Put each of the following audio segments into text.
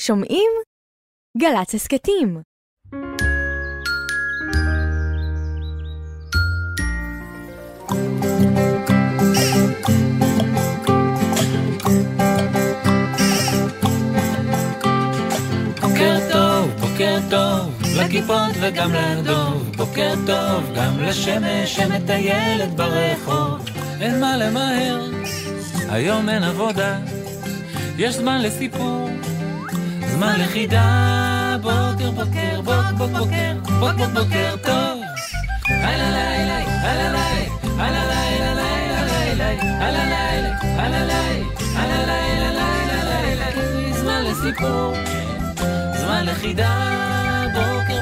שומעים? גל"צ הסכתים. בוקר טוב, לכיפות וגם לדוב. בוקר טוב, גם לשמש שמטיילת ברחוב. אין מה למהר, היום אין עבודה, יש זמן לסיפור, זמן לחידה. בוקר בוקר, בוקר טוב. הלא לילה, הלא לילה, הלא לילה, הלא לילה, הלא לילה, זמן לסיפור, זמן לחידה. בוקר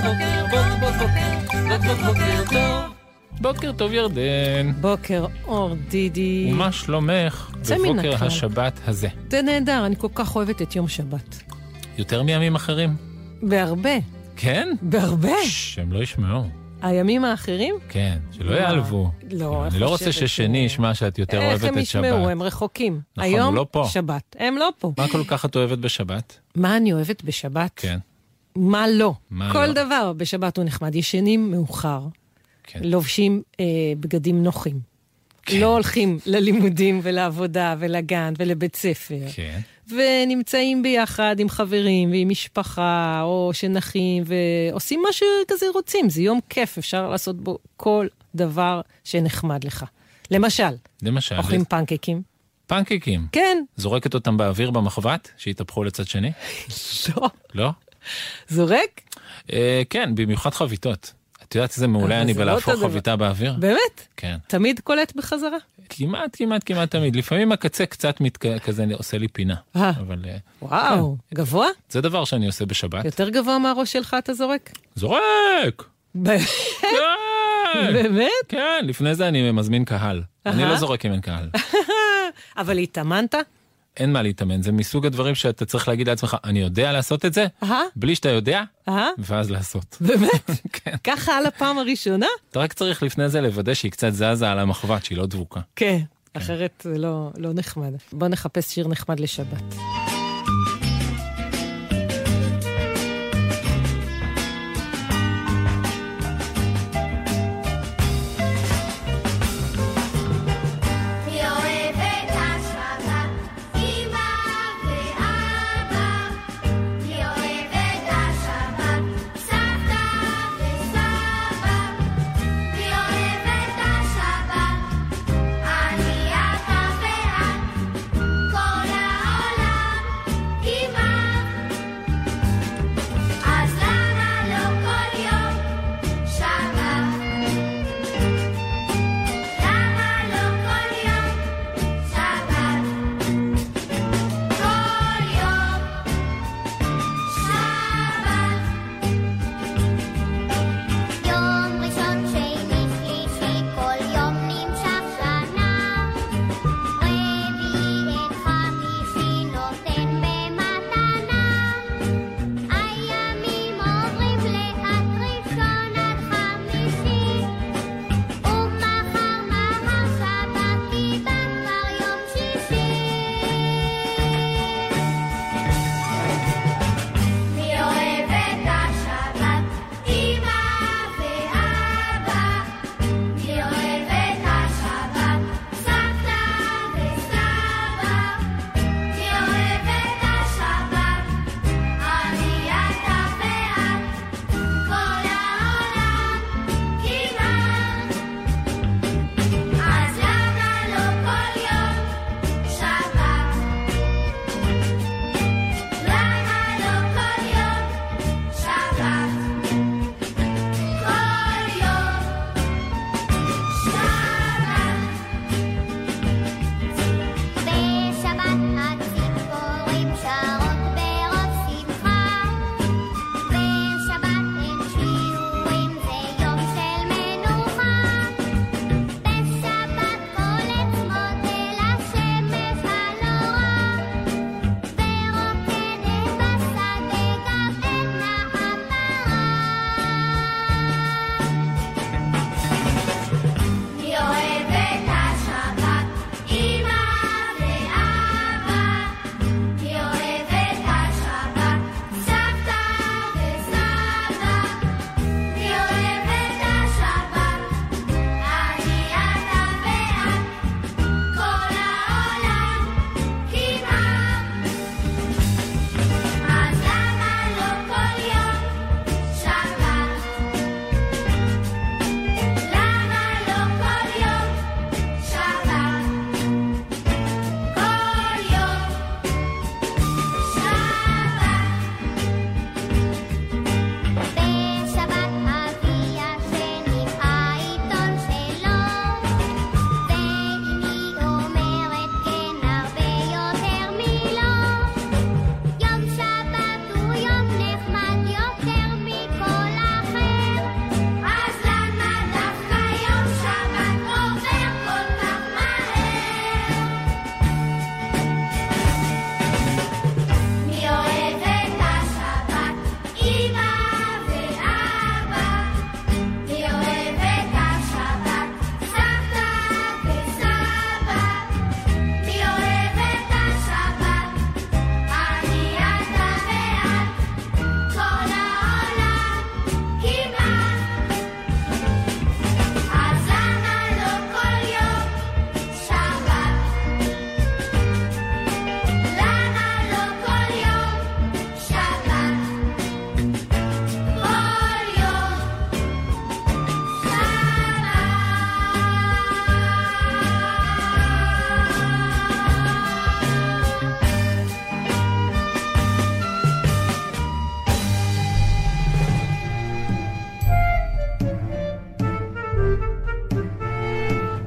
טוב. בוקר טוב ירדן. בוקר אור דידי. ומה שלומך בבוקר השבת הזה? זה נהדר, אני כל כך אוהבת את יום שבת. יותר מימים אחרים? בהרבה. כן? בהרבה. שהם לא ישמעו. הימים האחרים? כן, שלא יעלבו. לא, אני לא רוצה ששני ישמע שאת יותר אוהבת את שבת. איך הם ישמעו? הם רחוקים. נכון, היום לא פה. שבת. הם לא פה. מה כל כך את אוהבת בשבת? מה אני אוהבת בשבת? כן. מה לא? כל לא? דבר בשבת הוא נחמד. ישנים מאוחר. כן. לובשים בגדים נוחים. כן. לא הולכים ללימודים ולעבודה ולגן ולבית ספר. כן. ונמצאים ביחד עם חברים ועם משפחה, או שנחים ועושים מה שכזה רוצים. זה יום כיף, אפשר לעשות בו כל דבר שנחמד לך. למשל, אוכלים פנקקים. פנקקים? כן. זורקת אותם באוויר במחבת, שיתהפכו לצד שני? לא. לא? זורק? כן, במיוחד חביתות. את יודעת איזה מעולה אני בלהפוך חביתה באוויר? באמת? כן. תמיד קולט בחזרה? כמעט תמיד. לפעמים הקצה קצת כזה עושה לי פינה. אבל... וואו, גבוה? זה דבר שאני עושה בשבת. יותר גבוה מהראש שלך אתה זורק? זורק! באמת? באמת? כן, לפני זה אני מזמין קהל. אני לא זורק אם אין קהל. אבל התאמנת? אין מה להתאמן, זה מסוג הדברים שאתה צריך להגיד לעצמך, אני יודע לעשות את זה, בלי שאתה יודע, ואז לעשות. באמת? כן. ככה על הפעם הראשונה? אתה רק צריך לפני זה לוודא שהיא קצת זזה על המחבת, שהיא לא דבוקה. כן, אחרת זה לא נחמד. בוא נחפש שיר נחמד לשבת. כל העולם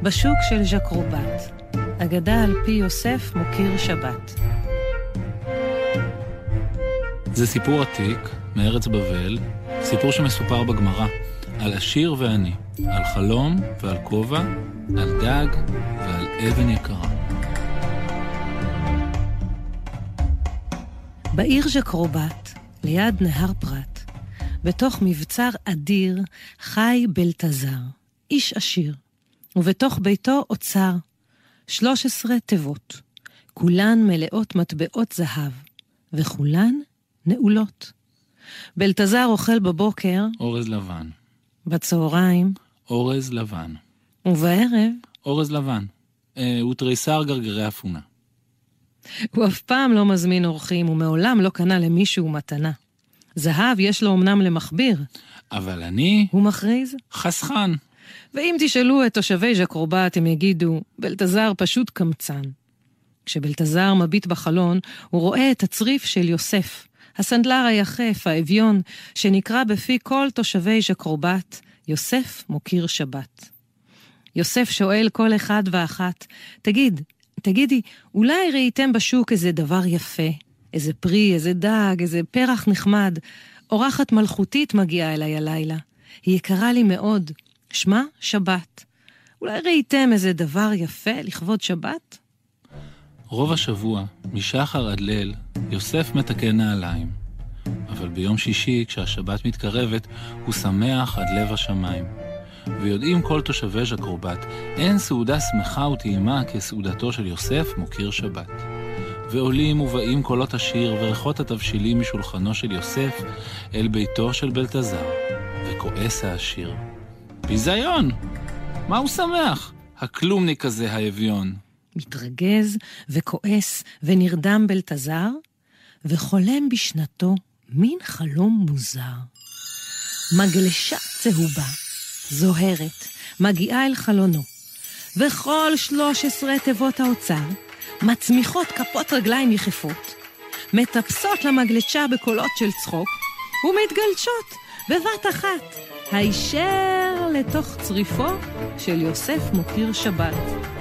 בשוק של ז'קרובת, אגדה על פי יוסף מוקיר שבת. זה סיפור עתיק מארץ בבל, סיפור שמסופר בגמרא, על עשיר ועני, על חלום ועל כובע, על דג ועל אבן יקרה. בעיר ז'קרובת, ליד נהר פרת, בתוך מבצר אדיר חי בלתזר, איש עשיר, ובתוך ביתו אוצר, 13 תיבות, כולן מלאות מטבעות זהב, וכולן נעולות. בלתזר אוכל בבוקר אורז לבן. בצהריים אורז לבן. ובערב אורז לבן. ותריסר גרגרי אפונה. הוא אף פעם לא מזמין אורחים, ומעולם לא קנה למישהו מתנה. זהב יש לו אמנם למחביר. אבל אני... הוא מכריז? חסכן. ואם תשאלו את תושבי ז'קרובת, הם יגידו, בלתזר פשוט קמצן. כשבלתזר מביט בחלון, הוא רואה את הצריף של יוסף, הסנדלר היחף, האביון, שנקרא בפי כל תושבי ז'קרובת, יוסף מוקיר שבת. יוסף שואל כל אחד ואחת, תגידי, אולי ראיתם בשוק איזה דבר יפה, איזה פרי, איזה דג, איזה פרח נחמד, אורחת מלכותית מגיעה אליי הלילה. היא יקרה לי מאוד, שמה שבת. אולי ראיתם איזה דבר יפה לכבוד שבת? רוב השבוע, משחר עד ליל, יוסף מתקן נעליים. אבל ביום שישי, כשהשבת מתקרבת, הוא שמח עד לב השמיים. ויודעים כל תושבי ז'קרובת, אין סעודה שמחה וטעימה כסעודתו של יוסף מוקיר שבת. ועולים ובאים קולות השיר וריחות התבשילים משולחנו של יוסף אל ביתו של בלתזר, וכועס העשיר. ביזיון! מה הוא שמח? הכלומניק הזה האביון. מתרגז וכועס ונרדם בלתזר, וחולם בשנתו מין חלום מוזר. מגלשה צהובה, זוהרת, מגיעה אל חלונו, וכל 13 תיבות האוצר מצמיחות כפות רגליים יחפות, מטפסות למגלשה בקולות של צחוק, ומתגלשות בבת אחת, הישר לתוך צריפו של יוסף מוקיר שבת.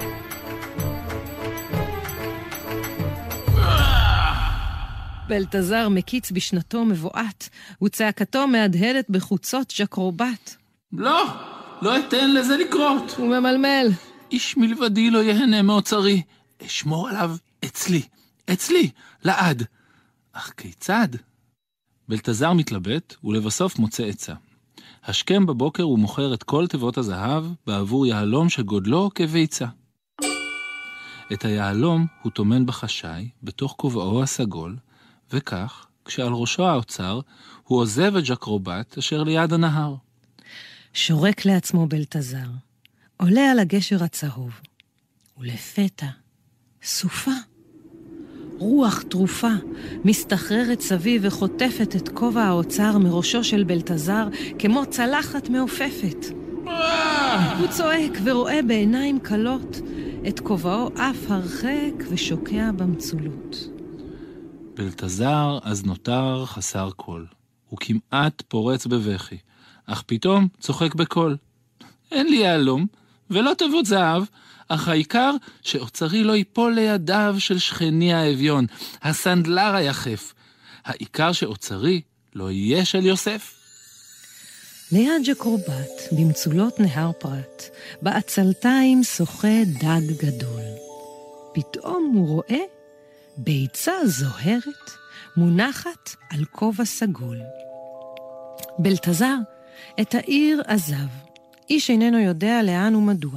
בלתזר מקיץ בשנתו מבועת, וצעקתו מהדהדת בחוצות ז'קרובת. לא אתן לזה לקרות. הוא ממלמל. איש מלבדי לא יהנה מאוצרי. אשמור עליו אצלי, לעד. אך כיצד? בלתזר מתלבט, ולבסוף מוצא עצה. השכם בבוקר הוא מוכר את כל תיבות הזהב בעבור יהלום שגודלו כביצה. את היהלום הוא תומן בחשאי, בתוך כובעו הסגול, וכך, כשעל ראשו האוצר, הוא עוזב את ז'קרובת אשר ליד הנהר. שורק לעצמו בלתזר, עולה על הגשר הצהוב, ולפתע, סופה. רוח תרופה מסתחררת סביב וחוטפת את כובע האוצר מראשו של בלתזר כמו צלחת מעופפת. הוא צועק ורואה בעיניים קלות את כובעו אף הרחק ושוקע במצולות. בלתזר אז נותר חסר קול. הוא כמעט פורץ בבכי, אך פתאום צוחק בקול. אין לי יהלום ולא תיבות זהב, אך העיקר שאוצרי לא ייפול לידיו של שכני האביון, הסנדלר היחף. העיקר שאוצרי לא יהיה של יוסף. ליד ז'קרובת, במצולות נהר פרת, בעצלתיים שוחה דג גדול. פתאום הוא רואה ביצה זוהרת מונחת על כובע סגול. בלתזר את העיר עזב, איש איננו יודע לאן ומדוע.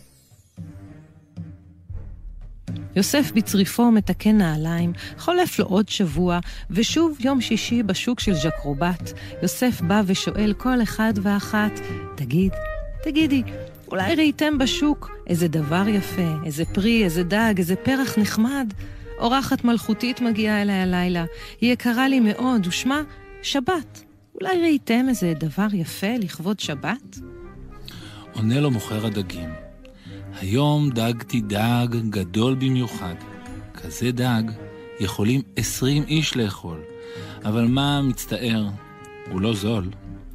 יוסף בצריפו מתקן נעליים, חולף לו עוד שבוע, ושוב יום שישי בשוק של ז'קרובת, יוסף בא ושואל כל אחד ואחת, תגידי, אולי ראיתם בשוק איזה דבר יפה, איזה פרי, איזה דג, איזה פרח נחמד? אורחת מלכותית מגיעה אליי הלילה, היא יקרה לי מאוד, ושמה שבת. אולי ראיתם איזה דבר יפה לכבוד שבת? עונה לו מוכר הדגים. היום דגתי דג גדול במיוחד. כזה דג יכולים 20 איש לאכול. אבל מה מצטער? הוא לא זול.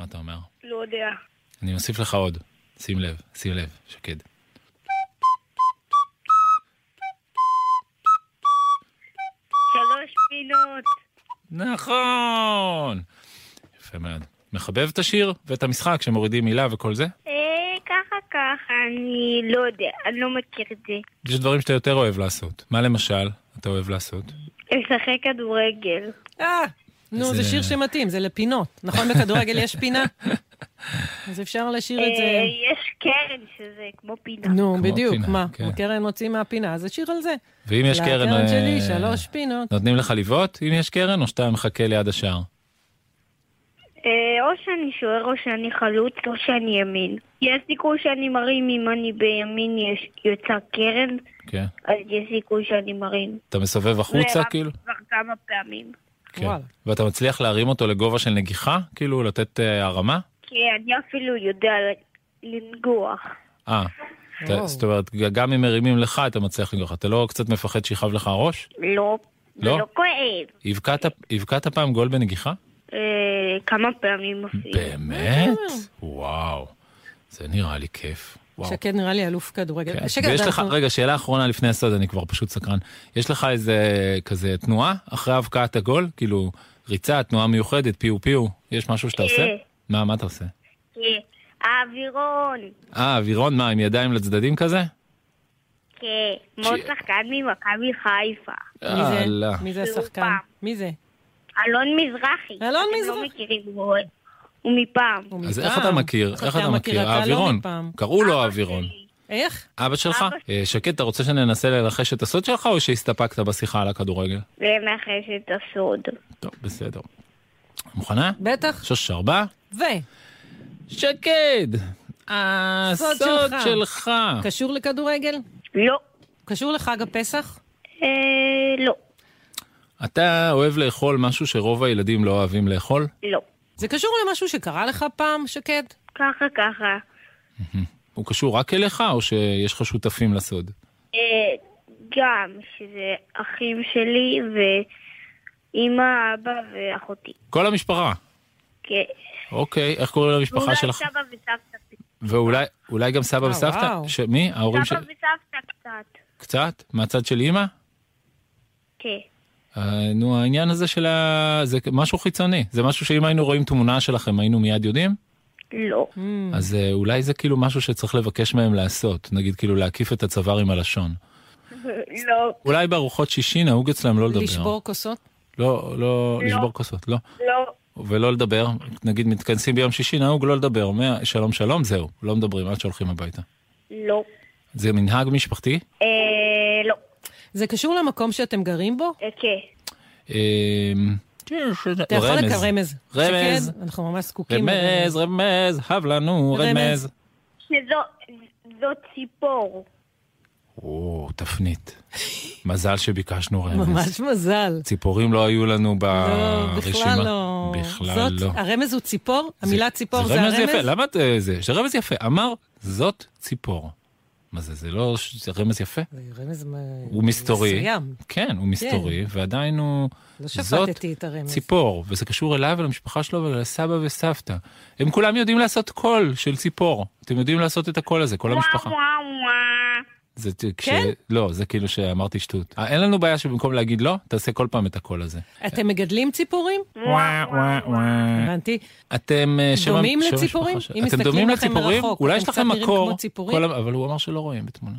מה אתה אומר? לא יודע. אני מוסיף לך עוד. שים לב, שקד. 3 פינות. נכון! יפה מאוד. מחבב את השיר ואת המשחק שמורידים מילה וכל זה? ככה, אני לא יודע, אני לא מכיר את זה. יש דברים שאתה יותר אוהב לעשות. מה למשל אתה אוהב לעשות? לשחק כדורגל. נו, זה שיר שמתאים, זה לפינות. נכון, בכדורגל יש פינה? אז אפשר לשיר את זה. יש קרן שזה כמו פינה. נו, כמו בדיוק, פינה, מה? כן. קרן מוציא מהפינה, אז שיר על זה. ואם יש קרן... לקרן שלי, 3 פינות. נותנים לך לבעוט אם יש קרן, או שאתה מחכה ליד השער? או שאני שוער או שאני חלוץ או שאני ימין. יש סיכוי שאני מרים אם אני בימין יוצא קרן, כן. אז יש סיכוי שאני מרים. אתה מסובב החוצה, כאילו? כבר כמה פעמים. כן. וואלה. ואתה מצליח להרים אותו לגובה של נגיחה? כאילו, לתת הרמה? כן, אני אפילו יודע לנגוח. זאת אומרת, גם אם מרימים לך, אתה מצליח לנגוח. אתה לא קצת מפחד שיחב לך הראש? לא, זה לא כואב. הבקעת פעם גול בנגיחה? כמה פעמים אפילו. באמת? וואו. זה נראה לי כיף. שקד נראה לי אלוף כדורגל. ויש לך, רגע, שאלה אחרונה לפני הסוד, אני כבר פשוט סקרן. יש לך איזה כזה תנועה אחרי הבקעת הגול? כאילו, ריצה, תנועה מיוחדת, פיו פיו. יש משהו שאתה עושה? מה אתה עושה? כן, האווירון. אווירון, מה, עם ידיים לצדדים כזה? כן, כמו שחקן ממכבי חיפה. מי זה השחקן? מי זה? אלון מזרחי. אלון אתם מזרחי. לא מכירים, הוא מפעם. אז איך אתה מכיר? האווירון. קראו לו האווירון. איך? אבא שלך? שקד, אתה רוצה שננסה לנחש את הסוד שלך, או שהסתפקת בשיחה על הכדורגל? לנחש את הסוד. טוב, בסדר. מוכנה? בטח. 3, 4. שקד! הסוד שלך. קשור לכדורגל? לא. קשור לחג הפסח? לא. אתה אוהב לאכול משהו שרוב הילדים לא אוהבים לאכול? לא. זה קשור למשהו שקרה לך פעם, שקד? ככה. הוא קשור רק אליך, או שיש לך שותפים לסוד? גם, שזה אחים שלי ואמא, אבא ואחותי. כל המשפחה? כן. אוקיי, איך קוראים למשפחה שלך? ואולי סבא וסבתא. ואולי גם סבא וסבתא? מי? ההורים סבא וסבתא קצת. קצת? מהצד של אמא? כן. נו, העניין הזה זה משהו חיצוני. זה משהו שאם היינו רואים תמונה שלכם, היינו מיד יודעים? לא. אז אולי זה כאילו משהו שצריך לבקש מהם לעשות. נגיד כאילו להקיף את הצוואר עם הלשון. לא. אולי בארוחות שישי נהוג אצלם לא לדבר. לשבור כוסות? לא, לשבור כוסות, לא. לא. ולא לדבר. נגיד מתכנסים ביום שישי, נהוג לא לדבר. שלום שלום, זהו. לא מדברים עד שהולכים הביתה. לא. זה מנהג משפחתי? לא. זה קשור למקום שאתם גרים בו? כן. אתה יכול לקרוא רמז. רמז. שקד, אנחנו ממש זקוקים. רמז, הב לנו, רמז. שזו ציפור. תפנית. מזל שביקשנו רמז. ממש מזל. ציפורים לא היו לנו ברשימה. בכלל לא. בכלל לא. הרמז הוא ציפור? המילה ציפור זה הרמז? זה רמז יפה. למה זה? זה רמז יפה. אמר, זאת ציפור. מה זה? זה לא... זה רמז יפה? זה רמז הוא מסתורי. מסוים. כן, הוא מסתורי, ועדיין הוא... לא שפטתי את הרמז. ציפור, וזה קשור אליו ולמשפחה שלו ולסבא וסבתא. הם כולם יודעים לעשות קול של ציפור. אתם יודעים לעשות את הקול הזה, כל המשפחה. זה כן? לא, זה כאילו שאמרתי שטות. אין לנו בעיה שבמקום להגיד לא, תעשה כל פעם את הקול הזה. אתם מגדלים ציפורים? הבנתי. אתם דומים לציפורים? אם אתם דומים לציפורים? אולי יש לכם מקור, אבל הוא אמר שלא רואים בתמונה.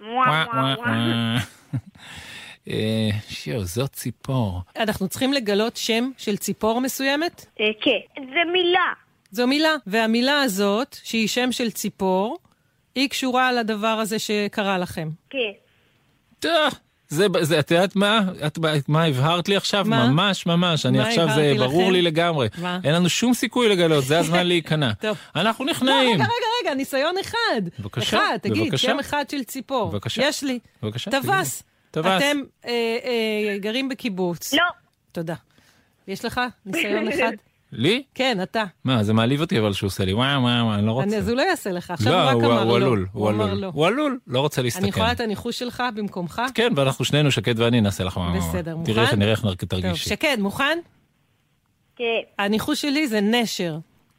זאת ציפור. אנחנו צריכים לגלות שם של ציפור מסוימת? כן, זה מילה. זו מילה, והמילה הזאת, שהיא שם של ציפור, היא קשורה לדבר הזה שקרה לכם. כן. את יודעת מה הבהרת לי עכשיו? ממש. אני עכשיו, זה ברור לי לגמרי. אין לנו שום סיכוי לגלות, זה הזמן להיכנע. אנחנו נכנעים. רגע, ניסיון אחד. בבקשה. אחד, תגיד, שם אחד של ציפור. בבקשה. יש לי. בבקשה. טווס. אתם גרים בקיבוץ. לא. תודה. יש לך ניסיון אחד? לי? כן, אתה. מה, זה מעליב אותי אבל שהוא עושה לי, אני לא רוצה. אז הוא לא יעשה לך, עכשיו הוא רק אמר לא. הוא עלול, לא רוצה להסתכן. אני יכולה את הניחוש שלך במקומך? כן, ואנחנו שנינו, שקד ואני, נעשה לך מה. בסדר, מוכן? נראה איך תרגישי. טוב, שקד, מוכן? כן. הניחוש שלי זה נשר.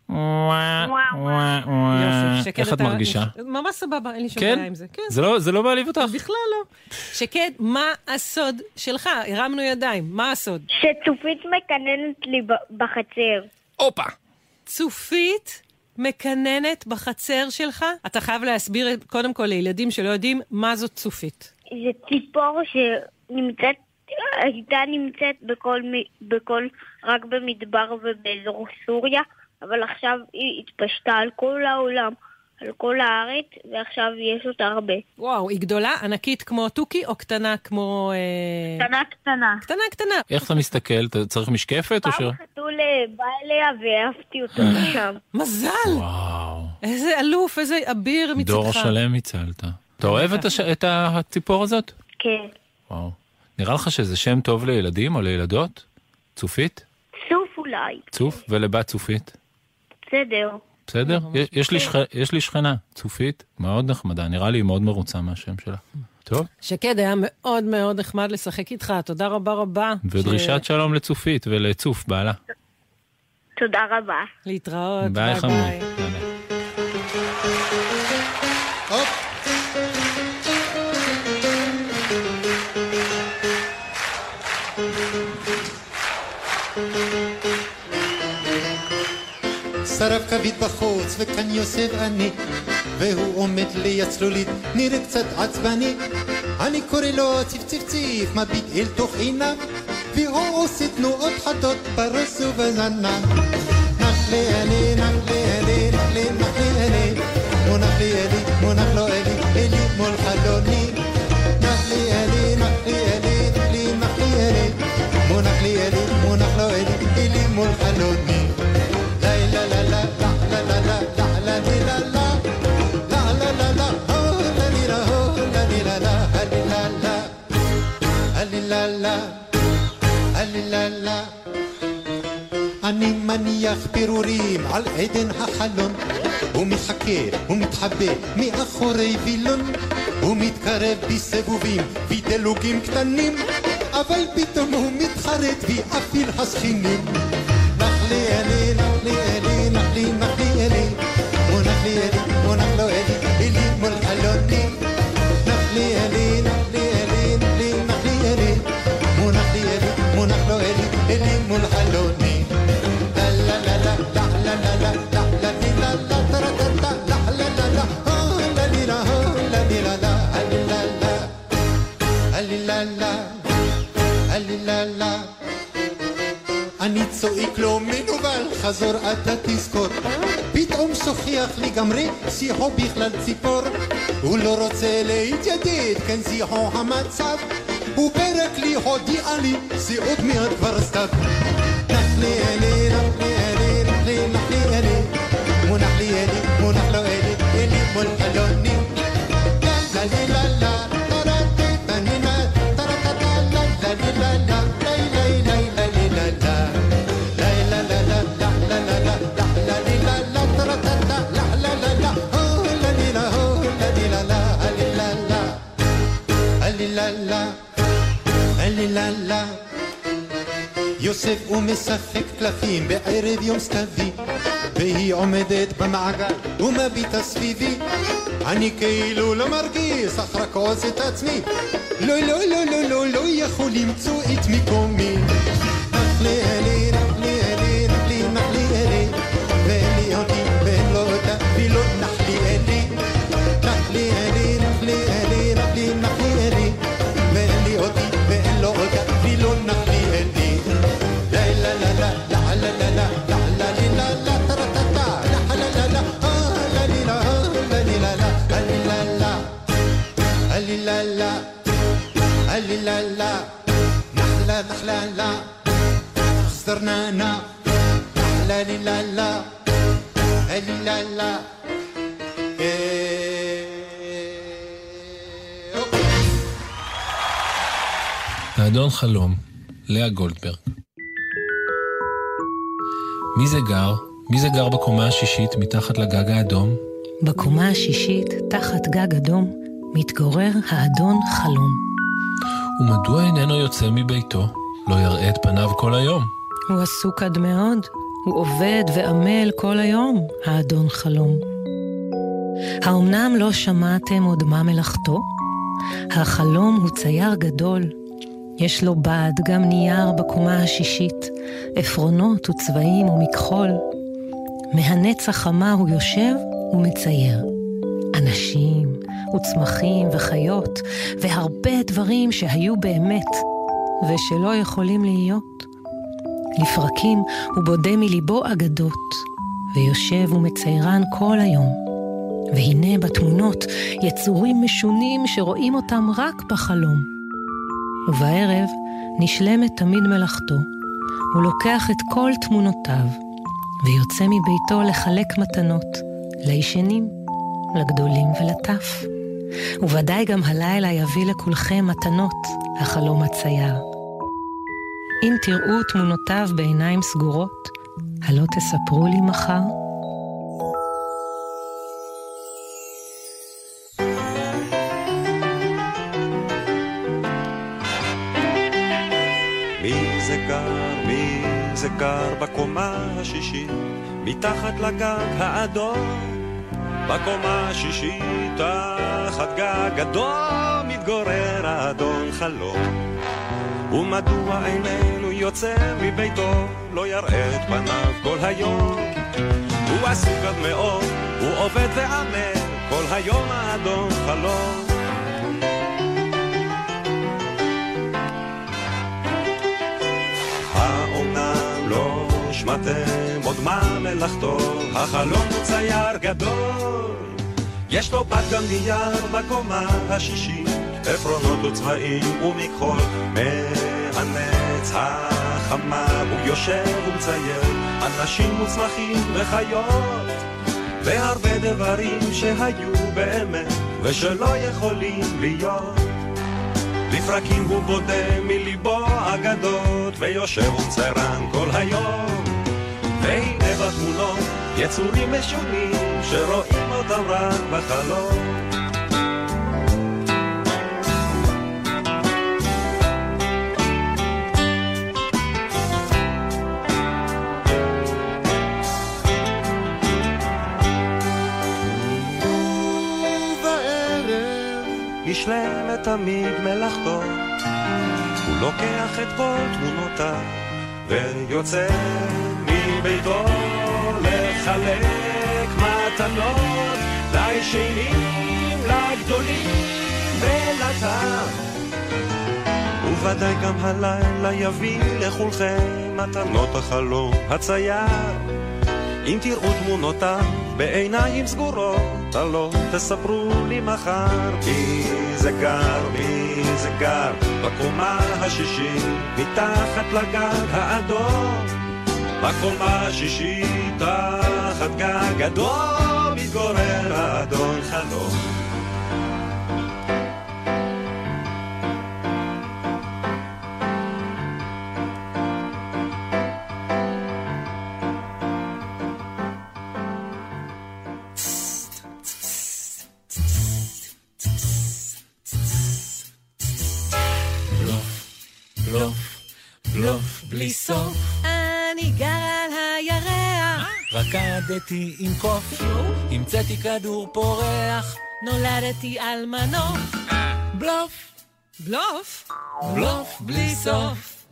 איך את מרגישה? ממש סבבה, אין לי שום בעיה עם זה. זה לא מעליב אותך? בכלל לא. שקד, מה הסוד שלך? הרמנו ידיים, מה הסוד? שצופית מקננת לי בחצר. אופה! צופית מקננת בחצר שלך? אתה חייב להסביר קודם כל לילדים שלא יודעים מה זאת צופית. זה ציפור שנמצאת, הייתה נמצאת רק במדבר ובאזור סוריה, אבל עכשיו היא התפשטה על כל העולם, על כל הארץ, ועכשיו יש אותה הרבה. וואו, היא גדולה, ענקית כמו טוקי, או קטנה כמו... קטנה. קטנה. איך אתה מסתכל? אתה צריך משקפת? פעם חתול בא אליה והעפתי אותו משם. מזל! וואו. איזה אלוף, איזה אביר מצדך. דור שלם הצלת. אתה אוהב את הציפור הזאת? כן. וואו. נראה לך שזה שם טוב לילדים או לילדות? צופית? צוף אולי. צוף? ולבת צופית? בסדר. יש לי שכנה, צופית, מאוד נחמדה. נראה לי מאוד מרוצה מהשם שלה. טוב? שקד, היה מאוד מאוד נחמד לשחק איתך. תודה רבה. ודרישת שלום לצופית ולצוף, בעלה. תודה רבה. להתראות. ביי חמוד. שרף כבית בחוץ וכאן יוסף אני, והוא עומד ליד צלולית נראה קצת עצבני. אני קורא לו ציף מביט אל תוך עיניו, והוא עושה תנועות חדות בראש ובזנב. נחלי אני מונח לי אלי מונח לו אלי מול חלוני. נחלי אני מונח לי אלי מונח לו אלי מול חלוני. אני מניח פירורים על עדן החלון, הוא מחכה, הוא מתחבא מאחורי וילון, הוא מתקרב בסיבובים ודלוגים קטנים, אבל פתאום הוא מתחרט ואפיל הסכינים. נחלי אלי מונח לי אלי מונח לו אלי מול חלוני. נחלי אלי מונח לי אלי מונח לו אלי מול חלוני. אני צועק לו מנובל, חזור אתה תזכור. פתאום שוכח לגמרי, שיחו בכלל ציפור. הוא לא רוצה להתיידד, כן שיחו המצב. הוא פרק לי הודיע לי, זה עוד מעט כבר סתיו. נחלי אלי מונח לי אלי מונח לו אלי מול חלוני. יוסף הוא משחק קלפים בערב יום סתווי, והיא עומדת במעגל ומביטה סביבי. אני כאילו לא מרגיש, אך רק עושה את עצמי, לא יכול למצוא את מקומי. נחלי אלי ואין לי אותי ואין לו אותה ולא נחלי אלי. נחלי אלי ואין לי אותי ואין לו אותה ולא נחלי אלי. נחלה خسرنا لا لا لا لا لا. האדון חלום, לאה גולדברג. מי זה גר בקומה השישית מתחת לגג האדום? בקומה השישית, תחת גג אדום, מתגורר האדון חלום. ומדוע איננו יוצא מביתו? לא יראה את פניו כל היום. הוא עסוק עד מאוד, הוא עובד ועמל כל היום, האדון חלום. האמנם לא שמעתם עוד מה מלאכתו? החלום הוא צייר גדול. יש לו בד, גם נייר בקומה השישית, עפרונות וצבעים ומכחול. מהנץ החמה הוא יושב ומצייר. אנשים וצמחים וחיות, והרבה דברים שהיו באמת, ושלא יכולים להיות. לפרקים הוא בודה מליבו אגדות, ויושב ומציירן כל היום. והנה בתמונות יצורים משונים שרואים אותם רק בחלום. ובערב נשלמת תמיד מלאכתו. הוא לוקח את כל תמונותיו, ויוצא מביתו לחלק מתנות, לישנים, לגדולים ולטף. וודאי גם הלילה יביא לכולכם מתנות, החלום הצייר. אם תראו תמונותיו בעיניים סגורות, הלא תספרו לי מחר? מי זה גר בקומה השישית, מתחת לגג האדום. בקומה השישית, תחת גג אדום, מתגורר האדון חלום. ומדוע איננו יוצא מביתו, לא יראה את פניו כל היום. הוא עסוק עד מאוד, הוא עובד ועמל, כל היום האדון חלום. האומנם לא שמעתם עוד מה מלאכתו, החלום הוא צייר גדול. יש לו בד גם נייר בקומה השישית, עפרונות וצבעים ומכחול. מהנץ החמה הוא יושב ומצייר, אנשים וצמחים וחיות, והרבה דברים שהיו באמת ושלא יכולים להיות. לפרקים הוא בודה מליבו אגדות, ויושב ומציירן כל היום. והנה בתמונות יצורים משונים שרואים אותם רק בחלום. נשלמת תמיד מלאכתו, הוא לוקח את כל תמונותיו ויוצא מביתו לחלק מתנות, לישנים, לגדולים ולטף. וודאי גם הלילה יביא לכולכם מתנות החלום הצייר. אם תראו תמונותיו בעיניים סגורות, הלא תספרו לי מחר. מי זה גר בקומה השישית, מתחת לגג האדום. בקומה השישית, תחת גג אדום, מתגורר האדון חלום. בלי סוף אני גר על הירח, רקדתי עם קוף, המצאתי כדור פורח, נולדתי על מנוף. בלוף, בלוף? בלוף בלי סוף.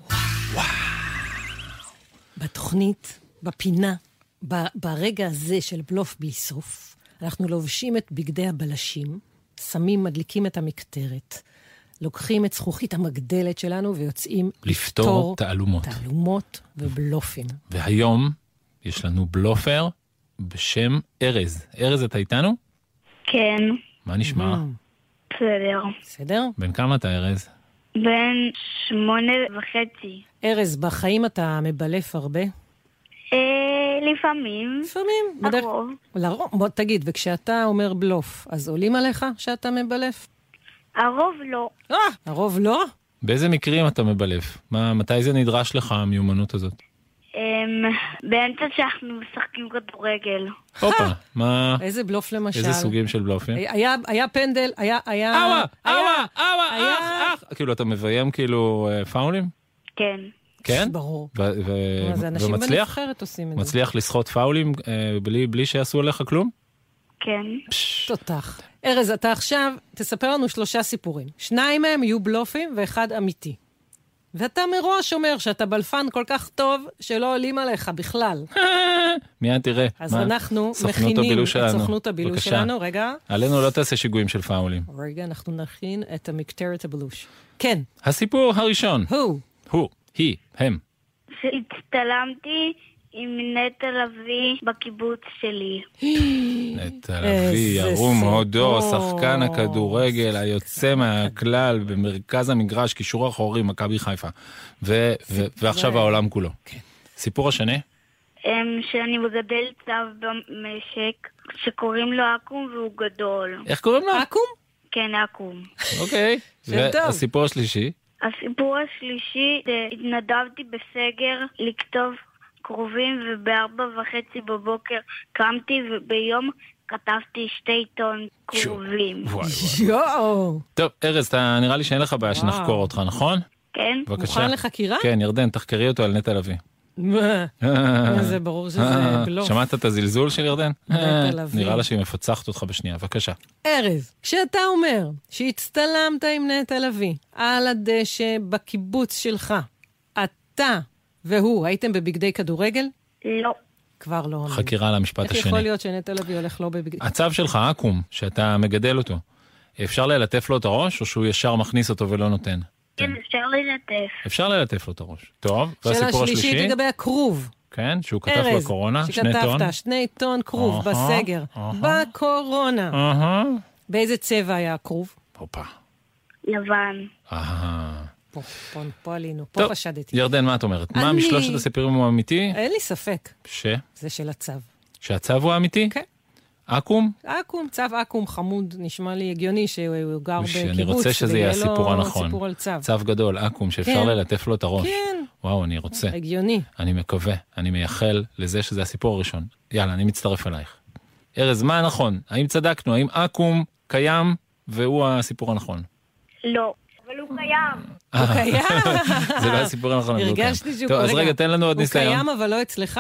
בתוכנית, בפינה, ברגע הזה של בלוף בלי סוף, אנחנו לובשים את בגדי הבלשים, שמים, מדליקים את המקטרת, לוקחים את זכוכית המגדלת שלנו ויוצאים לפתור תעלומות. תעלומות ובלופים. והיום יש לנו בלופר בשם ארז. ארז, אתה איתנו? כן, מה נשמע? בסדר. בסדר? בן כמה אתה, ארז? בן 8.5. ארז, בחיים אתה מבלף הרבה? לפעמים. לפעמים. לרוב. בוא תגיד, וכשאתה אומר בלוף, אז עולים עליך שאתה מבלף? הרוב לא. הרוב לא? באיזה מקרים אתה מבלף? מתי זה נדרש לך, המיומנות הזאת? באמצע שאנחנו משחקים כדורגל. הופה, מה? איזה בלוף למשל? איזה סוגים של בלופים? היה פנדל, היה... אווה, כאילו אתה מביים כאילו פאולים? כן. כן? ברור. ומצליח? אנשים בנבחרת עושים את זה. מצליח לשחות פאולים בלי שיעשו עליך כלום? כן. תותח. ארז, אתה עכשיו תספר לנו 3 סיפורים. 2 מהם יהיו בלופים ואחד אמיתי. ואתה מראש אומר שאתה בלפן כל כך טוב שלא עולים עליך בכלל. מיד תראה. אז אנחנו מכינים את סוכנות הבילוש שלנו. רגע. עלינו לא תעשה שיגועים של פאולים. רגע, אנחנו נכין את המקטרת הבילוש. כן. הסיפור הראשון. הוא, היא, הם. שהצטלמתי עם נטע לביא בקיבוץ שלי. נטע לביא, ירום הודו, שחקן הכדורגל, היוצא מהכלל במרכז המגרש, קישור אחורי, מכבי חיפה. ועכשיו העולם כולו. סיפור השני? שאני מגדל צב במשק, שקוראים לו אקום והוא גדול. איך קוראים לו? אקום? כן, אקום. אוקיי. והסיפור השלישי? הסיפור השלישי, התנדבתי בסגר לכתוב קרובים, וב4:30 בבוקר קמתי, וביום כתבתי 2 טון קרובים. יואו. טוב, ארז, נראה לי שאין לך בעיה שנחקור אותך, נכון? כן. בבקשה. מוכן לחקירה? כן, ירדן, תחקרי אותו על נטע לביא. זה ברור שזה בלוף. שמעת את הזלזול של ירדן? נטע לביא. נראה לה שהיא מפצחת אותך בשנייה, בבקשה. ארז, כשאתה אומר שהצטלמת עם נטע לביא על הדשא בקיבוץ שלך, אתה והוא הייתם בבגדי כדורגל? לא. כבר לא. חקירה על המשפט השני. איך יכול להיות שנטע לביא הולך לא בבגדי? הצו שלך, אקום, שאתה מגדל אותו, אפשר ללטף לו את הראש, או שהוא ישר מכניס אותו ולא נותן? כן, אפשר ללטף. אפשר ללטף לו את הראש. טוב, והסיפור שאלה השלישי? שלישית לגבי הכרוב. כן, שהוא כתב בקורונה, 2 טון. שכתבת 2 טון כרוב בסגר, בקורונה. באיזה צבע היה הכרוב? הופה. לבן. פה עלינו, פה חשדתי. ירדן, מה את אומרת? מה משלושת הסיפורים הוא אמיתי? אין לי ספק. זה של הצו. שהצו הוא אמיתי? כן. אקום? אקום, צו אקום חמוד, נשמע לי הגיוני שהוא גר בקיבוץ. אני רוצה שזה יהיה הסיפור הנכון. סיפור על צו. צו גדול, אקום, שאפשר ללטף לו את הראש. כן. וואו, אני רוצה. הגיוני. אני מקווה, אני מייחל לזה שזה הסיפור הראשון. יאללה, אני מצטרף אלייך. ארז, מה נכון? האם צדקנו? האם אקום קיים והוא הסיפור הנכון? לא, אבל הוא קיים. הוא קיים. זה לא הסיפור הנכון. הרגשתי שהוא... טוב, אז רגע, תן לנו עוד ניסיון. הוא קיים אבל לא אצלך?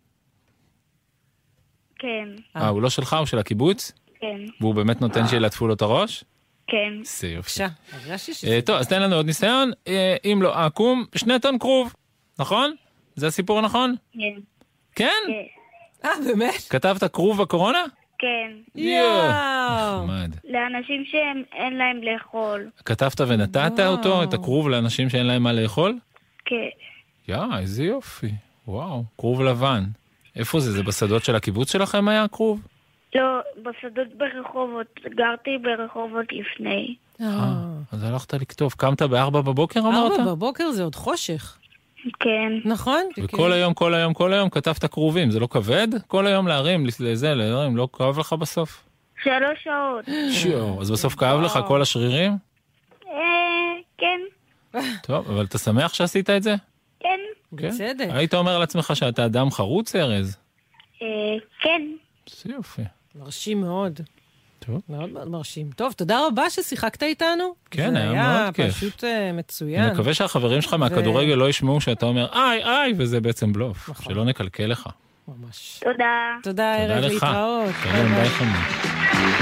כן. הוא לא שלך, הוא של הקיבוץ? כן. והוא באמת נותן שילטפו לו את הראש? כן. בבקשה. הרגשתי שזה... טוב, אז תן לנו עוד ניסיון. אם לא אקום, 2 טון כרוב. נכון? זה הסיפור הנכון? כן. כן? באמת? כתבת כרוב בקורונה? כן. יואו. נחמד. לאנשים שאין להם לאכול. כתבת ונתת אותו, את הכרוב לאנשים שאין להם מה לאכול? כן. איזה יופי. וואו, כרוב לבן. איפה זה? זה בשדות של הקיבוץ שלכם היה הכרוב? לא, בשדות ברחובות. גרתי ברחובות לפני. אז הלכת לכתוב. קמת ב4 בבוקר אמרת? 4 בבוקר זה עוד חושך. כן. נכון? וכל היום כתבת כרובים. זה לא כבד? כל היום להרים לזה, להרים, לא כאב לך בסוף? 3 שעות. אז בסוף כאב לך כל השרירים? כן. טוב, אבל אתה שמח שעשית את זה? כן. בצדק. היית אומר לעצמך שאתה אדם חרוץ, ארז? כן. זה יופי. מרשים מאוד. טוב. מאוד מאוד מרשים. טוב, תודה רבה ששיחקת איתנו. כן, היה מאוד כיף. זה היה פשוט מצוין. אני מקווה שהחברים שלך מהכדורגל לא ישמעו שאתה אומר, איי, וזה בעצם בלוף. שלא נקלקל לך. ממש. תודה. תודה, ערב להתראות. ביי חמוד.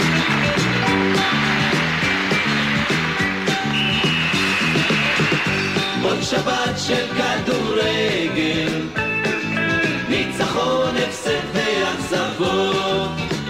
עוד שבת של כדורגל, ניצחון, הפסד ואכזבות.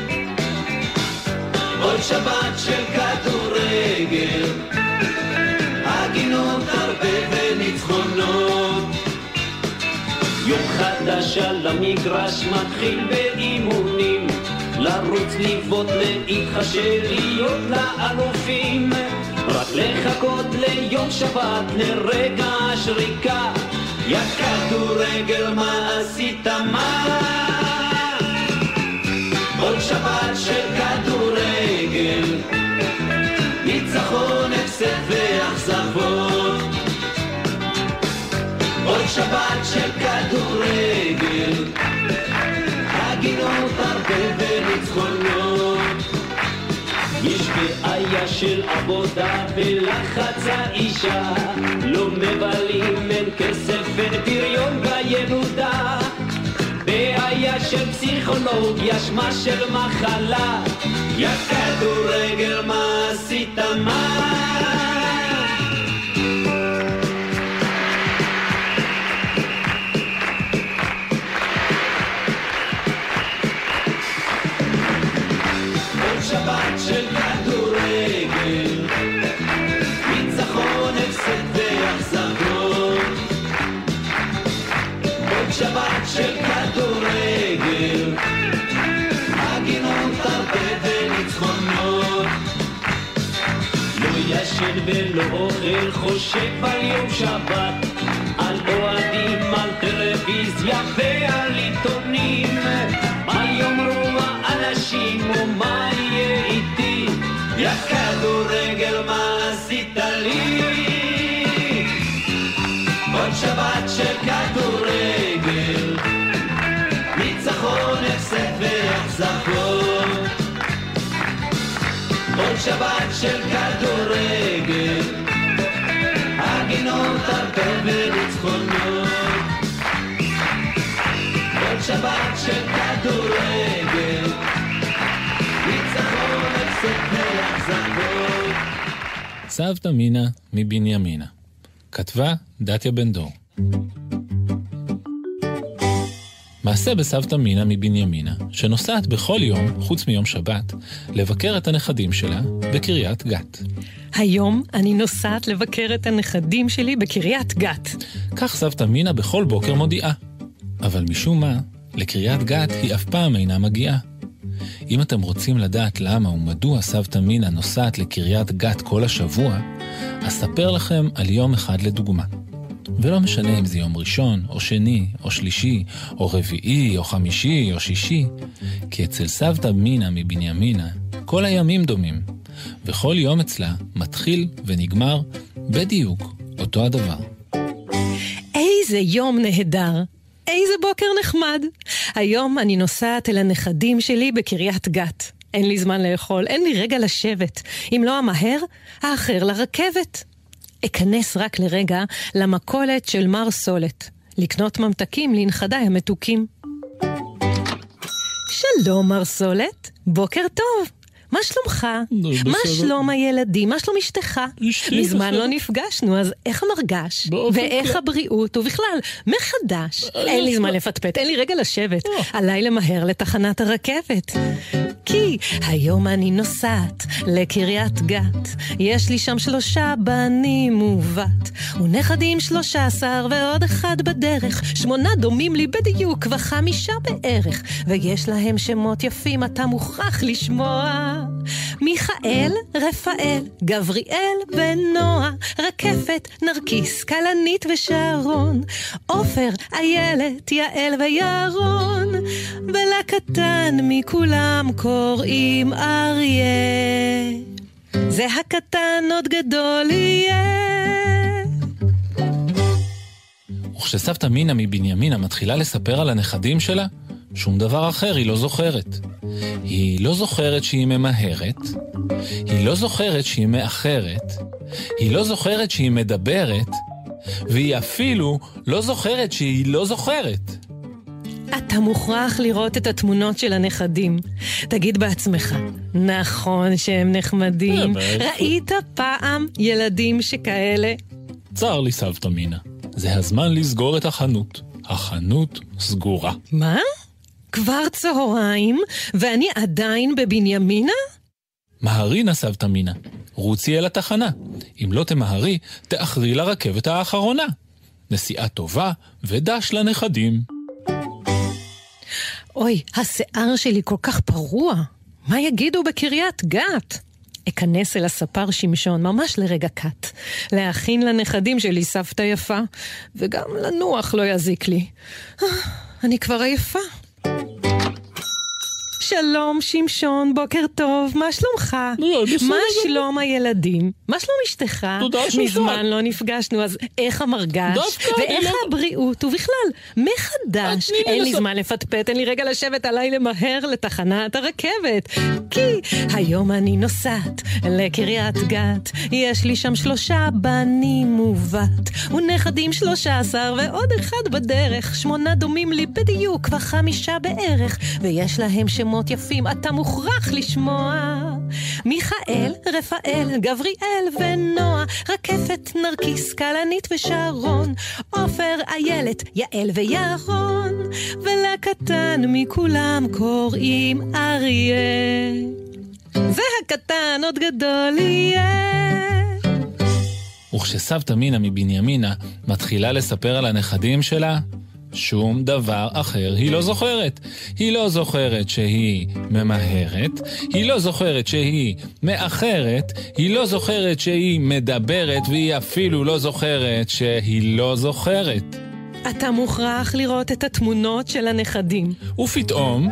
עוד שבת של כדורגל, הגינות הרבה וניצחונות. יום חדש על המגרש מתחיל באימונים, לרוץ לבעוט להתחשב להיות לאלופים, רק לחכות ליום שבת לרגע שריקה. יא כדורגל מה עשית מה? עוד שבת של כדורגל, ניצחון, הפסד ואכזבות. עוד שבת של כדורגל, הגינות הרבה וניצחונות. יש בעיה של עבודה ולחץ האישה, לא מבלים, אין כסף, אין של פסיכולוגיה, שמה של מחלה. יא כדורגל, מה עשית מה? שבת של כדורגל, ניצחון, הפסד ואכזבות. עוד שבת של כדורגל, הגינות הרבה וניצחונות. לא ישן ולא אוכל, חושב על יום שבת, על אוהדים, על טלוויזיה ועל עיתונים. מה יאמרו האנשים ומה יהיה איתי? יא כדורגל, מה עשית לי? עוד שבת של כדורגל, ניצחון, הפסד ואכזבות. עוד שבת של כדורגל, הגינות הרבה וניצחונות. עוד שבת של כדורגל, ניצחון, הפסד ואכזבות. סבתא מינה מבנימינה. כתבה דתיה בן דור. מעשה בסבתא מינה מבנימינה, שנוסעת בכל יום, חוץ מיום שבת, לבקר את הנכדים שלה בקריית גת. היום אני נוסעת לבקר את הנכדים שלי בקריית גת. כך סבתא מינה בכל בוקר מודיעה. אבל משום מה, לקריית גת היא אף פעם אינה מגיעה. אם אתם רוצים לדעת למה ומדוע סבתא מינה נוסעת לקריית גת כל השבוע, אספר לכם על יום אחד לדוגמה. ולא משנה אם זה יום ראשון, או שני, או שלישי, או רביעי, או חמישי, או שישי, כי אצל סבתא מינה מבנימינה כל הימים דומים, וכל יום אצלה מתחיל ונגמר בדיוק אותו הדבר. איזה יום נהדר! איזה בוקר נחמד! היום אני נוסעת אל הנכדים שלי בקריית גת. אין לי זמן לאכול, אין לי רגע לשבת. אם לא המהר, האחר לרכבת. אכנס רק לרגע למכולת של מר סולת, לקנות ממתקים לנכדיי המתוקים. שלום מר סולת, בוקר טוב. מה שלומך? מה שלום הילדים? מה שלום אשתך? מזמן לא נפגשנו, אז איך המרגש? ואיך הבריאות? ובכלל, מחדש. אין לי זמן לפטפט, אין לי רגע לשבת. עליי למהר לתחנת הרכבת. כי היום אני נוסעת לקריית גת. יש לי שם 3 בנים ובת, ונכדים 13 ועוד 1 בדרך. 8 דומים לי בדיוק ו5 בערך, ויש להם שמות יפים, אתה מוכרח לשמוע. מיכאל, רפאל, גבריאל ונועה, רקפת, נרקיס, קלנית ושרון, עופר, איילת, יעל וירון, ולקטן מכולם קוראים אריה. זה הקטן עוד גדול יהיה. וכשסבתא מינה מבנימינה מתחילה לספר על הנכדים שלה, שום דבר אחר היא לא זוכרת. היא לא זוכרת שהיא ממהרת, היא לא זוכרת שהיא מאחרת, היא לא זוכרת שהיא מדברת, והיא אפילו לא זוכרת שהיא לא זוכרת. אתה מוכרח לראות את התמונות של הנכדים. תגיד בעצמך, נכון שהם נחמדים? ראית פעם ילדים שכאלה? צר לי סבתא מינה, זה הזמן לסגור את החנות. החנות סגורה. מה? כבר צהריים, ואני עדיין בבנימינה? מהרי נא סבתא מינה, רוצי אל התחנה. אם לא תמהרי, תאחרי לרכבת האחרונה. נסיעה טובה ודש לנכדים. אוי, השיער שלי כל כך פרוע. מה יגידו בקריית גת? אכנס אל הספר שמשון, ממש לרגע קט. להכין לנכדים שלי סבתא יפה, וגם לנוח לא יזיק לי. אני כבר עייפה. שלום שמשון, בוקר טוב, מה שלומך? מה שלום הילדים? מה שלום אשתך? מזמן לא נפגשנו, אז איך המרגש? ואיך הבריאות? ובכלל, מחדש? אין לי זמן לפטפט, אין לי רגע לשבת עליי למהר לתחנת הרכבת. כי היום אני נוסעת לקריית גת, יש לי שם 3 בנים ובת, ונכדים 13 ועוד אחד בדרך, 8 דומים לי בדיוק ו5 בערך, ויש להם שמות יפים, אתה מוכרח לשמוע. מיכאל, רפאל, גבריאל ונועה, רקפת, נרקיס, קלנית ושרון, עופר, איילת, יעל וירון, ולקטן מכולם קוראים אריה. זה הקטן עוד גדול יהיה. וכשסבתא מינה מבנימינה מתחילה לספר על הנכדים שלה, שום דבר אחר היא לא זוכרת. היא לא זוכרת שהיא ממהרת, היא לא זוכרת שהיא מאחרת, היא לא זוכרת שהיא מדברת, והיא אפילו לא זוכרת שהיא לא זוכרת. אתה מוכרח לראות את התמונות של הנכדים. ופתאום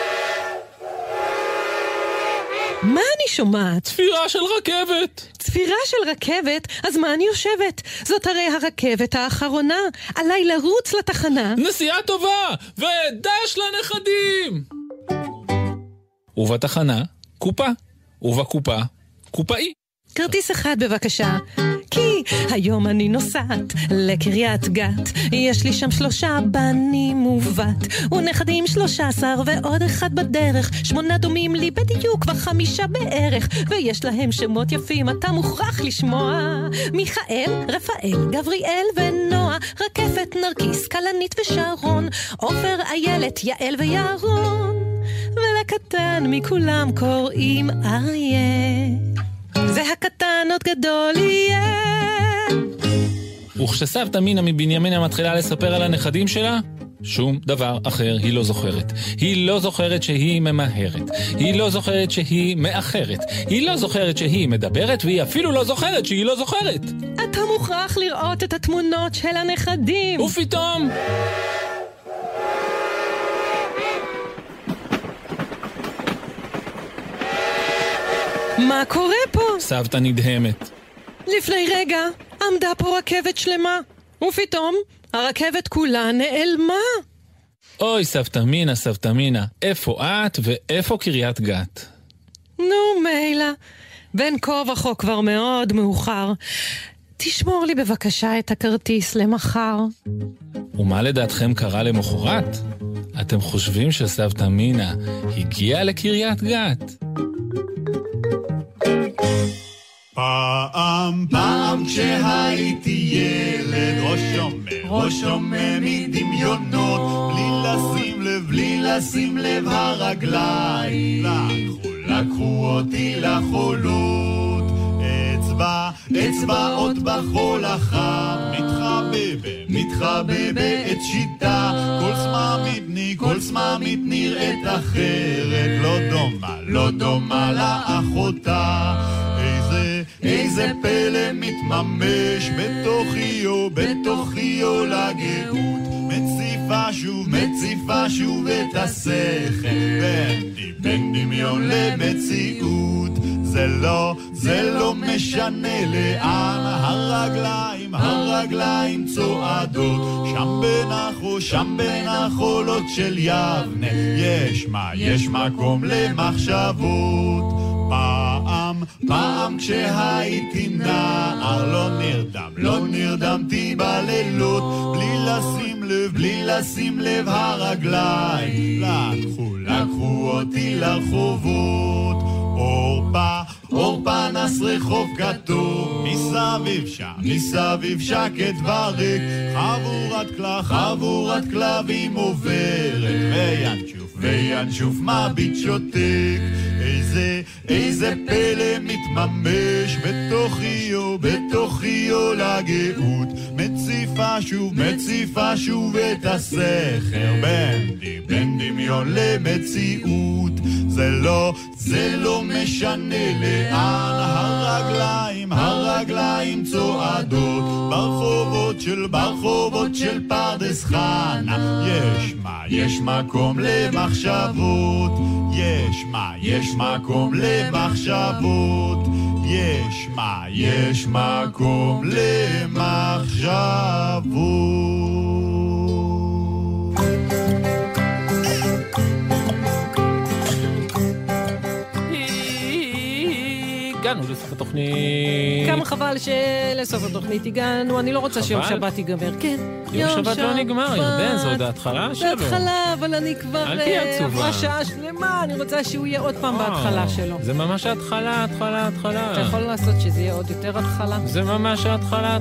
מה אני שומעת? צפירה של רכבת. צפירה של רכבת? אז מה אני יושבת? זאת הרי הרכבת האחרונה. עליי לרוץ לתחנה. נסיעה טובה! ודש לנכדים! ובתחנה, קופה. ובקופה, קופאי. כרטיס אחד בבקשה. כי היום אני נוסעת לקריית גת, יש לי שם 3 בנים ובת, ונכדים 13 ועוד אחד בדרך, 8 דומים לי בדיוק ו5 בערך, ויש להם שמות יפים, אתה מוכרח לשמוע. מיכאל, רפאל, גבריאל ונועה, רקפת, נרקיס, קלנית ושרון, עופר, איילת, יעל וירון, ולקטן מכולם קוראים אריה. זה הקטן עוד גדול יהיה. וכשסבתא מינה מבנימינה מתחילה לספר על הנכדים שלה, שום דבר אחר היא לא זוכרת. היא לא זוכרת שהיא ממהרת, היא לא זוכרת שהיא מאחרת, היא לא זוכרת שהיא מדברת, והיא אפילו לא זוכרת שהיא לא זוכרת. אתה מוכרח לראות את התמונות של הנכדים. ופתאום מה קורה פה? סבתא נדהמת. לפני רגע עמדה פה רכבת שלמה, ופתאום הרכבת כולה נעלמה. אוי, סבתא מינה, איפה את ואיפה קריית גת? נו, מילא, בין כה וכה כבר מאוד מאוחר. תשמור לי בבקשה את הכרטיס למחר. ומה לדעתכם קרה למחרת? אתם חושבים שסבתא מינה הגיעה לקריית גת? פעם כשהייתי ילד, ראש שומם מדמיונות, בלי לשים לב הרגליים לקחו אותי לחולות. אצבעות בחול החם, מתחבבת שיטה, כל סממית נראית אחרת, לא דומה לאחותה. איזה פלא מתממש בתוכיו לגאות, מציפה שוב את השכל בין דמיון למציאות. זה לא משנה לאן הרגליים צועדות, שם בין החולות של יבנה יש מקום למחשבות. פעם כשהייתי נער לא נרדמתי בלילות, בלי לשים לב הרגליים לקחו אותי לרחובות. אור פנס רחוב כתוב, מסביב שקט וריק, חבורת כלבים עוברת, וינשוף מביט שותק. איזה פלא מתממש בתוכיו בתוכי עולה גאות, מציפה שוב את הסכר בין דמיון למציאות. זה לא משנה לאן הרגליים צועדות ברחובות של פרדס חנה. יש מקום למחשבות, יש מקום למחשבות, יש מקום למחשבות. הגענו לסוף התוכנית. כמה חבל שלסוף התוכנית הגענו, אני לא רוצה שיום שבת ייגמר. כן, יום שבת לא נגמר, ירדן, זו עוד ההתחלה שלו. זה התחלה, אבל אני כבר עברה שעה שלמה, אני רוצה שהוא יהיה עוד פעם בהתחלה שלו. זה ממש ההתחלה. אתה יכול לעשות שזה יהיה עוד יותר התחלה? זה ממש ההתחלה.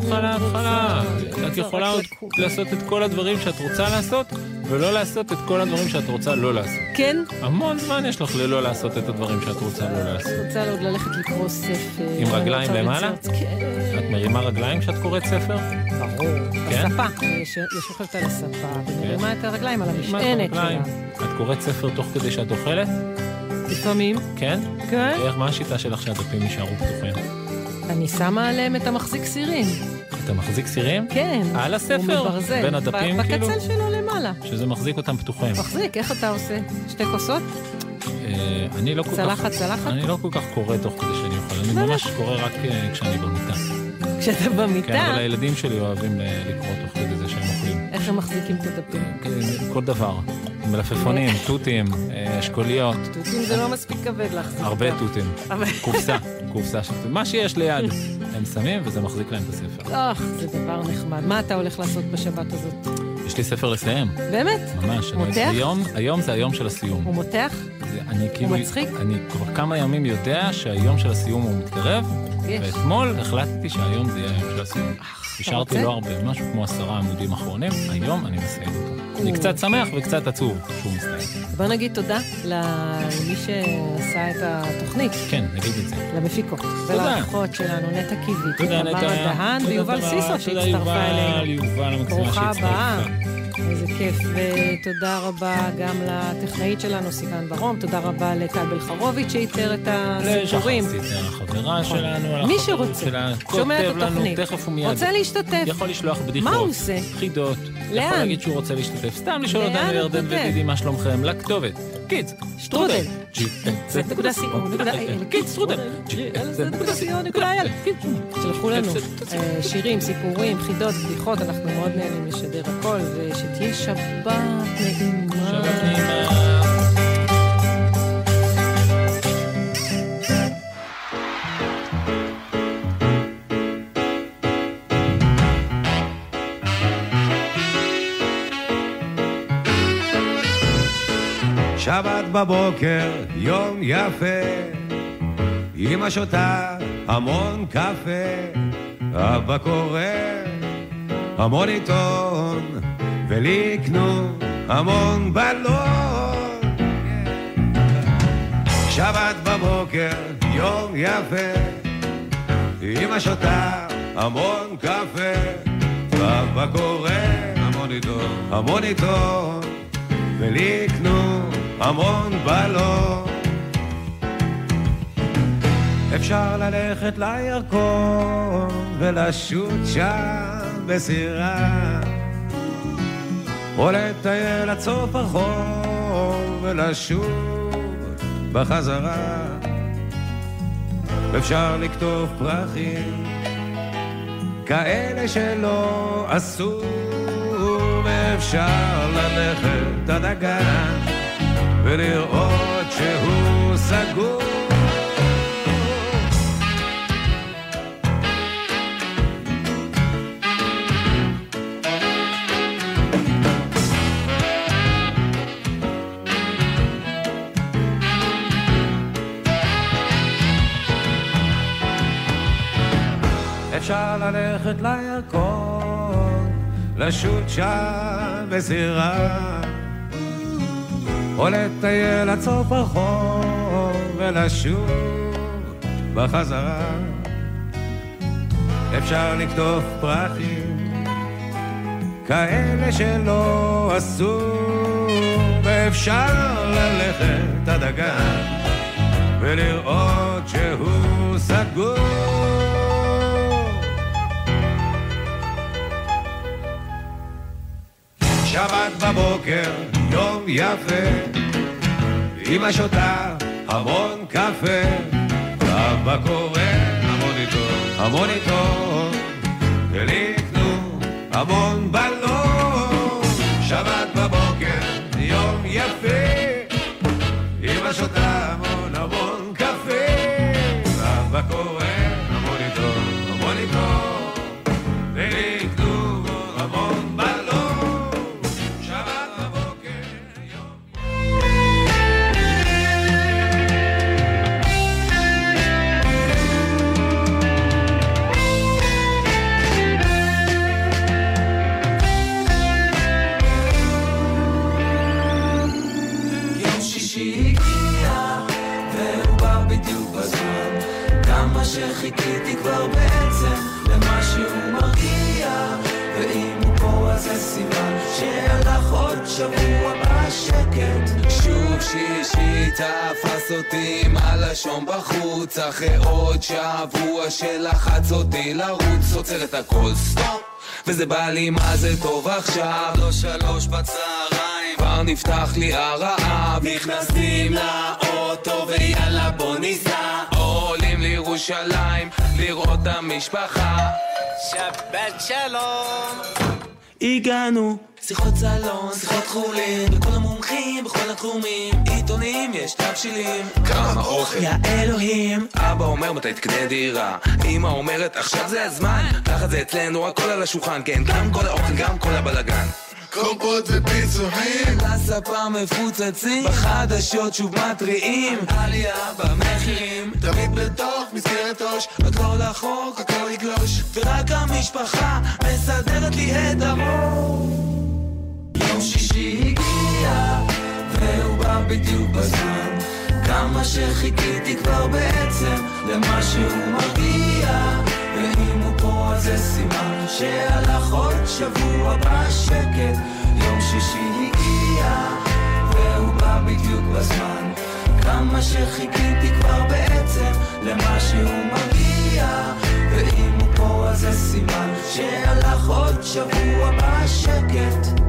את יכולה עוד לעשות את כל הדברים שאת רוצה לעשות, ולא לעשות את כל הדברים שאת רוצה לא לעשות. כן? המון זמן יש לך ללא לעשות את הדברים שאת רוצה לא לעשות. רוצה עוד ללכת לקרוא ספר. עם רגליים למעלה? כן. את מרימה רגליים כשאת קוראת ספר? ברור. בספה. יש אוכלת על הספה, ומרימה את הרגליים על המשענת. את קוראת ספר תוך כדי שאת אוכלת? לפעמים. כן? כן. מה השיטה שלך שהדפים נשארו פתוחים? אני שמה עליהם את המחזיק סירים. אתה מחזיק סירים? כן. על הספר? בין הדפים כאילו? בקצל שלו למעלה. שזה מחזיק אותם פתוחים. מחזיק, איך אתה עושה? 2 כוסות? אני לא כל כך... צלחת? אני לא כל כך קורא תוך כדי שאני אוכל. אני ממש קורא רק כשאני במיטה. כשאתה במיטה? כן, אבל הילדים שלי אוהבים לקרוא תוך כדי זה שהם אוכלים. איך הם מחזיקים את הדפים? כל דבר. מלפפונים, תותים, אשכוליות. תותים זה לא מספיק כבד להחזיק. הרבה תותים. קופסה של תותים. מה שיש ליד. הם שמים וזה מחזיק להם את הספר. זה דבר נחמד. מה אתה הולך לעשות בשבת הזאת? יש לי ספר לסיים. באמת? ממש. מותח? היום זה היום של הסיום. הוא מותח? הוא מצחיק? אני כבר כמה ימים יודע שהיום של הסיום הוא מתקרב, ואתמול החלטתי שהיום זה יהיה היום של הסיום. השארתי לו הרבה, משהו כמו 10 עמודים אחרונים, היום אני מסיים אותו. אני קצת שמח וקצת עצוב שהוא מסתיים. בוא נגיד תודה למי שעשה את התוכנית. כן, נגיד את זה. למפיקות. ולאחות שלנו, נטע קיבי. תודה נטע. תמר דהן ויובל סיסו שהצטרפה אלינו. ברוכה הבאה. איזה כיף, ותודה רבה גם לטכנאית שלנו, סיוון ברום, תודה רבה לטל בלחרוביץ' שאיתר את הסיפורים. לשחר החברה שלנו, מי שרוצה, שומע את התוכנית, רוצה להשתתף. יכול לשלוח בדיחות, מה הוא עושה? חידות, לאן? יכול להגיד שהוא רוצה להשתתף, סתם לשאול אותנו ירדן ודידי מה שלומכם, לכתובת, קידס, שטרודל, קידס, שטרודל, שלחו לנו שירים, סיפורים, חידות, בדיחות, אנחנו מאוד נהנים לשדר הכל, ושתהיה שבת נעימה. שבת נעימה. שבת בבוקר, יום יפה, אמא שותה המון קפה, אבא קורא המון עיתון, ולקנו המון בלון. שבת בבוקר, יום יפה, אמא שותה המון קפה, אבא קורא המון עיתון, ולקנו המון בלון. אפשר ללכת לירקון ולשוט שם בסירה, או לטייל עד סוף החור ולשוב בחזרה. אפשר לכתוב פרחים כאלה שלא עשו, ואפשר ללכת עד הגן ולראות שהוא סגור. אפשר ללכת לירקון, לשוט שם בסירה, או לטייל עד סוף החור ולשוב בחזרה. אפשר לקטוף פרחים כאלה שלא עשו, ואפשר ללכת עד הגן ולראות שהוא סגור. שבת בבוקר, יום יפה, אמא שותה המון קפה, אבא קורא המוניטור, ולקנו המון בלון. שבת בבוקר, יום יפה, אמא שותה המון קפה, אבא קורא המוניטור, ולקנו המון בלון. שבת בבוקר, שחיכיתי כבר בעצם למה שהוא מרגיע, ואם הוא פה אז זה סימן שהלך עוד שבוע בשקט. שוב שישי תפס אותי עם הלשון בחוץ, אחרי עוד שבוע שלחץ אותי לרוץ. עוצר את הכל סטופ, וזה בא לי מה זה טוב עכשיו. לא 3 בצהריים, כבר נפתח לי הרעב. נכנסים לאוטו ויאללה בוא ניסע, עולים לירושלים לראות המשפחה. שבת שלום. הגענו, שיחות סלון, שיחות חולין, לכל המומחים בכל התחומים, עיתונים יש תבשילים. כמה אוכל, יא אלוהים. אבא אומר מתי תקנה דירה, אמא אומרת עכשיו זה הזמן. ככה זה אצלנו, הכל על השולחן, כן, גם כל האוכל, גם כל הבלגן. קומפות ופיצוחים, לספה מפוצצים, בחדשות שוב מטריעים, עלייה במחירים, תמיד בתוך מסגרת ראש, הכל לחוק, הכל יגלוש, ורק המשפחה מסדרת לי את הראש. יום שישי הגיע והוא בא בדיוק בזמן, כמה שחיכיתי כבר בעצם למה שהוא מרגיע, ואם הוא פה אז זה סימן שהלך עוד שבוע בשקט. יום שישי הגיע והוא בא בדיוק בזמן, כמה שחיכיתי כבר בעצם למה שהוא מרגיע, ואם הוא פה אז זה סימן שהלך עוד שבוע בשקט.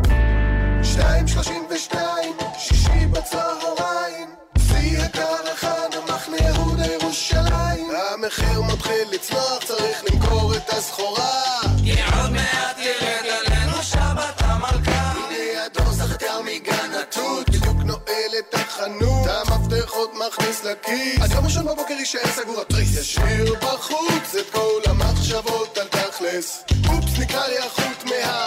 2:32, שישי בצהריים, שיא הקרחה נמח ליהודה ירושלים. המחיר מתחיל לצנוח, צריך למכור את הסחורה. עוד מעט ירד עלינו שבת המלכה, הנה הדור זכתר מגן התות, בדיוק נועל את החנות, המפתחות מכניס לכיס, עד יום ראשון בבוקר יישאר סגור התריס. ישאיר בחוץ את כל המחשבות על תכלס, אופס נקרא לי החוט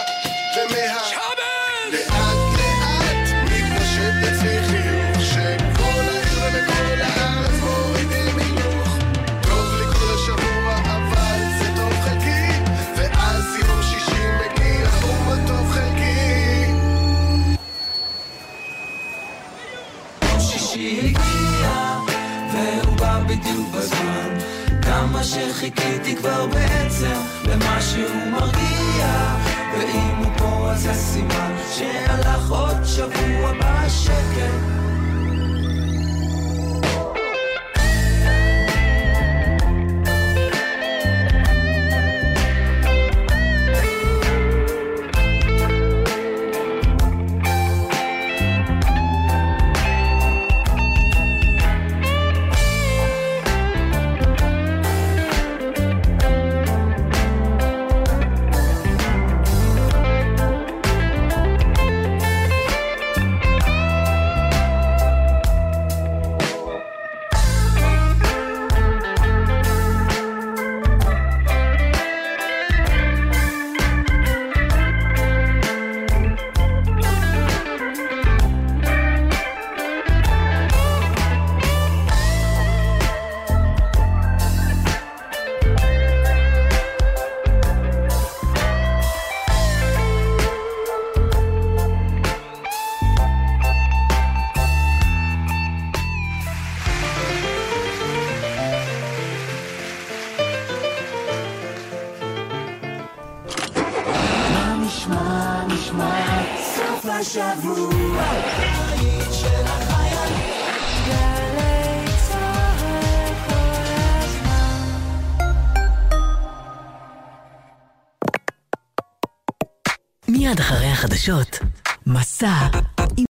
לאט לאט מתנשט אצלי חיוך, שכל העיר וכל הארץ מורידים הילוך. טוב לי כל השבוע אבל זה טוב חלקי, ואז יום שישי מגיע ומה טוב חלקי. יום שישי הגיע והוא בא בדיוק בזמן, כמה שחיכיתי כבר בעצם למה שהוא מרגיע, ואם הוא פה אז זה סימן שהלך עוד שבוע בשקט. מה נשמע? סוף השבוע, היית של החיילים. גלי צהל כל הזמן. מיד אחרי החדשות, מסע